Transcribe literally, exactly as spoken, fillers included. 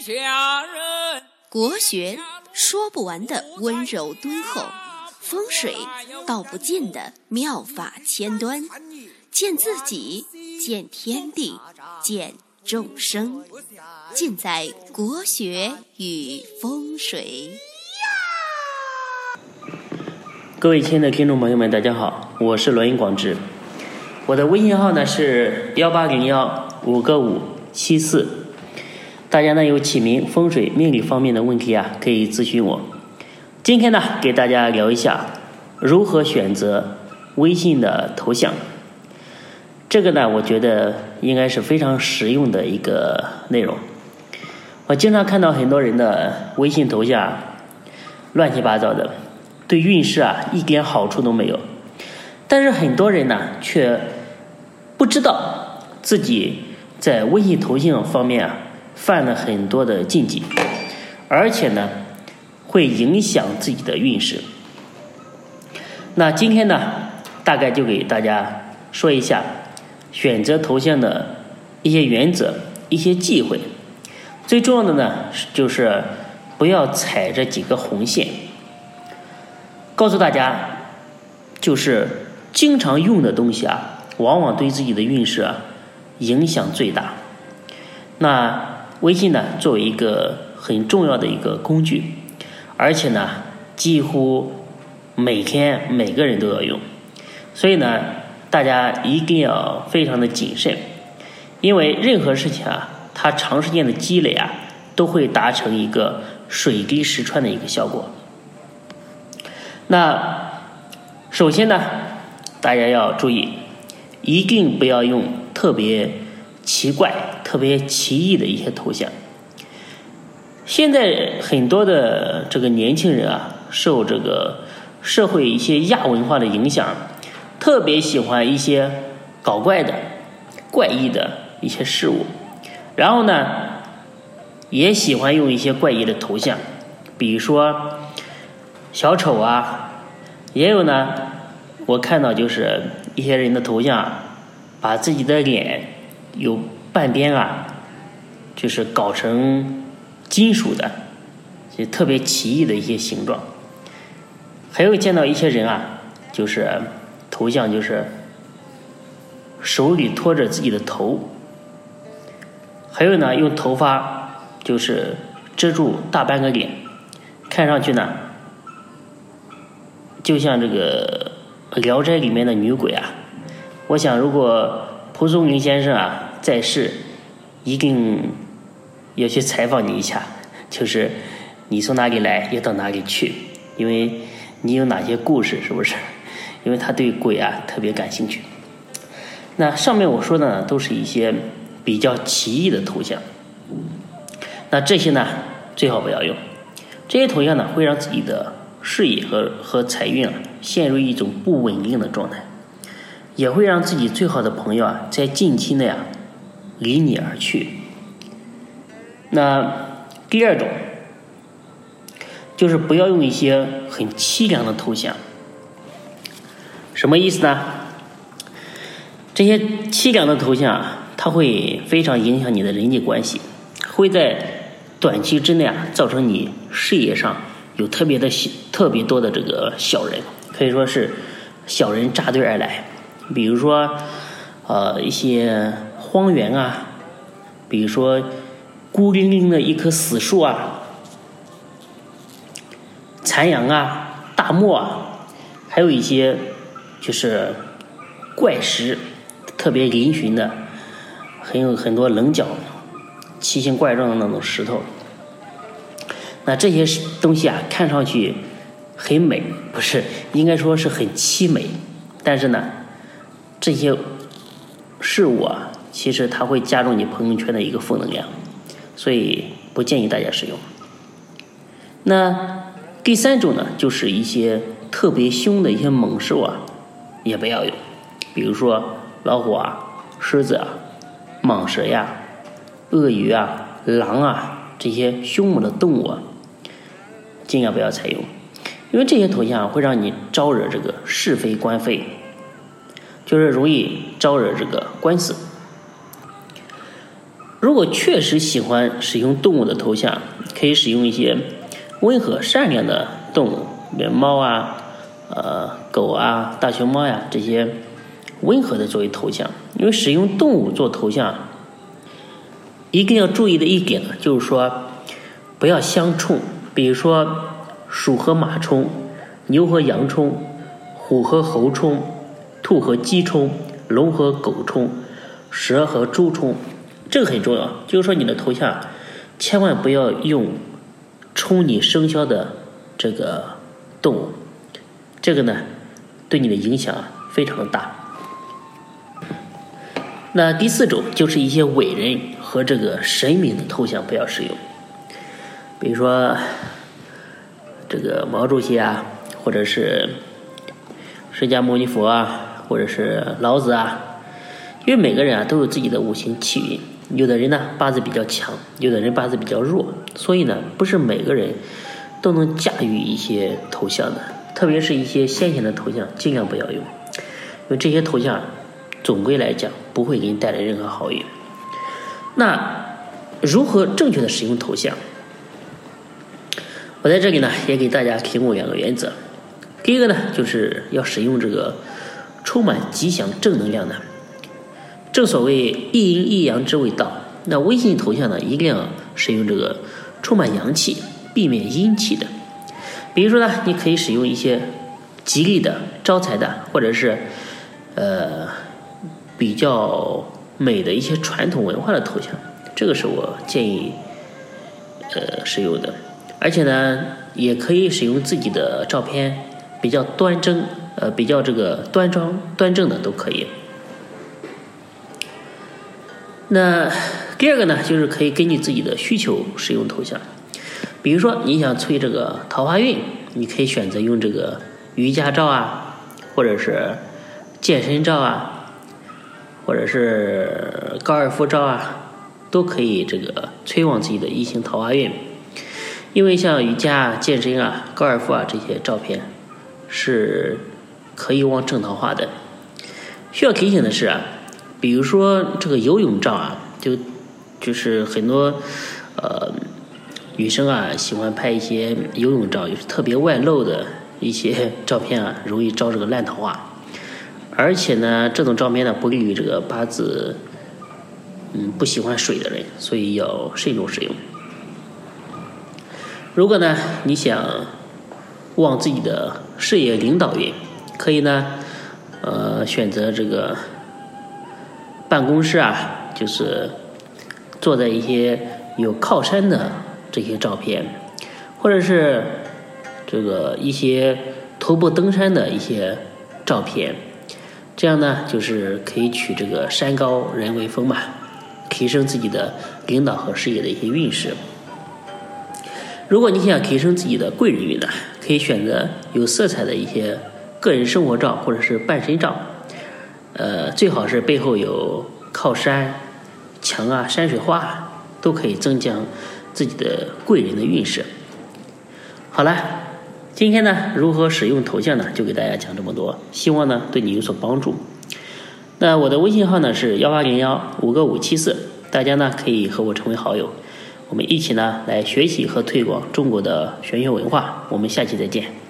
下人。 国学说不完的温柔敦厚，风水道不尽的妙法千端，见自己，见天地，见众生，尽在国学与风水。 各位亲爱的听众朋友们，大家好，我是罗云广志，我的微信号呢是幺八零幺五个五七四，大家呢有起名、风水、命理方面的问题啊，可以咨询我。今天呢，给大家聊一下如何选择微信的头像。这个呢，我觉得应该是非常实用的一个内容。我经常看到很多人的微信头像乱七八糟的，对运势啊一点好处都没有。但是很多人呢，却不知道自己在微信头像方面啊犯了很多的禁忌，而且呢会影响自己的运势。那今天呢，大概就给大家说一下选择头像的一些原则、一些忌讳。最重要的呢，就是不要踩着几个红线。告诉大家，就是经常用的东西啊，往往对自己的运势啊影响最大。那微信呢，作为一个很重要的一个工具，而且呢，几乎每天每个人都要用，所以呢，大家一定要非常的谨慎，因为任何事情啊，它长时间的积累啊，都会达成一个水滴石穿的一个效果。那首先呢，大家要注意，一定不要用特别奇怪、特别奇异的一些头像。现在很多的这个年轻人啊，受这个社会一些亚文化的影响，特别喜欢一些搞怪的、怪异的一些事物，然后呢，也喜欢用一些怪异的头像，比如说小丑啊，也有呢，我看到就是一些人的头像，把自己的脸有半边啊，就是搞成金属的，就特别奇异的一些形状。还有见到一些人啊，就是头像就是手里托着自己的头，还有呢，用头发就是遮住大半个脸，看上去呢就像这个聊斋里面的女鬼啊。我想如果蒲松龄先生啊在世，一定要去采访你一下，就是你从哪里来要到哪里去，因为你有哪些故事，是不是？因为他对鬼啊特别感兴趣。那上面我说的呢，都是一些比较奇异的头像，那这些呢最好不要用。这些头像呢会让自己的事业和和财运啊陷入一种不稳定的状态，也会让自己最好的朋友啊在近期内啊离你而去。那第二种就是不要用一些很凄凉的头像。什么意思呢？这些凄凉的头像啊，它会非常影响你的人际关系，会在短期之内啊造成你事业上有特别的特别多的这个小人，可以说是小人扎堆而来。比如说呃一些荒原啊，比如说孤零零的一棵死树啊，残阳啊，大漠啊，还有一些就是怪石，特别嶙峋的，很有很多棱角、奇形怪状的那种石头。那这些东西啊，看上去很美，不是，应该说是很凄美。但是呢，这些事物啊，其实它会加重你朋友圈的一个负能量，所以不建议大家使用。那第三种呢，就是一些特别凶的一些猛兽啊，也不要用，比如说老虎啊、狮子啊、蟒蛇呀、鳄鱼啊、狼啊，这些凶猛的动物啊，尽量不要采用，因为这些头像会让你招惹这个是非官非，就是容易招惹这个官司。 如果确实喜欢使用动物的头像，可以使用一些温和善良的动物，比如猫啊、呃狗啊、大熊猫呀，这些温和的作为头像。因为使用动物做头像，一定要注意的一点呢，就是说不要相冲，比如说鼠和马冲，牛和羊冲，虎和猴冲，兔和鸡冲，龙和狗冲，蛇和猪冲。这个很重要，就是说你的头像千万不要用冲你生肖的这个动物，这个呢对你的影响非常大。那第四种就是一些伟人和这个神明的头像不要使用，比如说这个毛主席啊，或者是释迦牟尼佛啊，或者是老子啊，因为每个人啊都有自己的五行气运，有的人呢八字比较强，有的人八字比较弱，所以呢不是每个人都能驾驭一些头像的，特别是一些先贤的头像尽量不要用，因为这些头像总归来讲不会给你带来任何好运。那如何正确的使用头像？我在这里呢也给大家提供两个原则。第一个呢就是要使用这个充满吉祥正能量的，正所谓一阴一阳之谓道，那微信头像呢一定要使用这个充满阳气，避免阴气的。比如说呢你可以使用一些吉利的、招财的，或者是呃比较美的一些传统文化的头像，这个是我建议呃使用的。而且呢也可以使用自己的照片，比较端正呃比较这个端庄端正的都可以。那第二个呢就是可以根据自己的需求使用头像，比如说你想催这个桃花运，你可以选择用这个瑜伽照啊，或者是健身照啊，或者是高尔夫照啊，都可以这个催旺自己的异性桃花运。因为像瑜伽、健身啊、高尔夫啊这些照片是可以旺正桃花的。需要提醒的是啊，比如说这个游泳照啊，就就是很多呃女生啊喜欢拍一些游泳照，就是特别外露的一些照片啊，容易招这个烂桃花。而且呢，这种照片呢不利于这个八字嗯不喜欢水的人，所以要慎重使用。如果呢你想旺自己的事业领导运，可以呢呃选择这个办公室啊，就是坐在一些有靠山的这些照片，或者是这个一些徒步登山的一些照片，这样呢就是可以取这个山高人为峰嘛，提升自己的领导和事业的一些运势。如果你想提升自己的贵人运呢，可以选择有色彩的一些个人生活照或者是半身照，呃，最好是背后有靠山、墙啊、山水画，都可以增强自己的贵人的运势。好了，今天呢如何使用头像呢，就给大家讲这么多，希望呢对你有所帮助。那我的微信号呢是幺八零幺五个五七四，大家呢可以和我成为好友，我们一起呢来学习和推广中国的玄学文化。我们下期再见。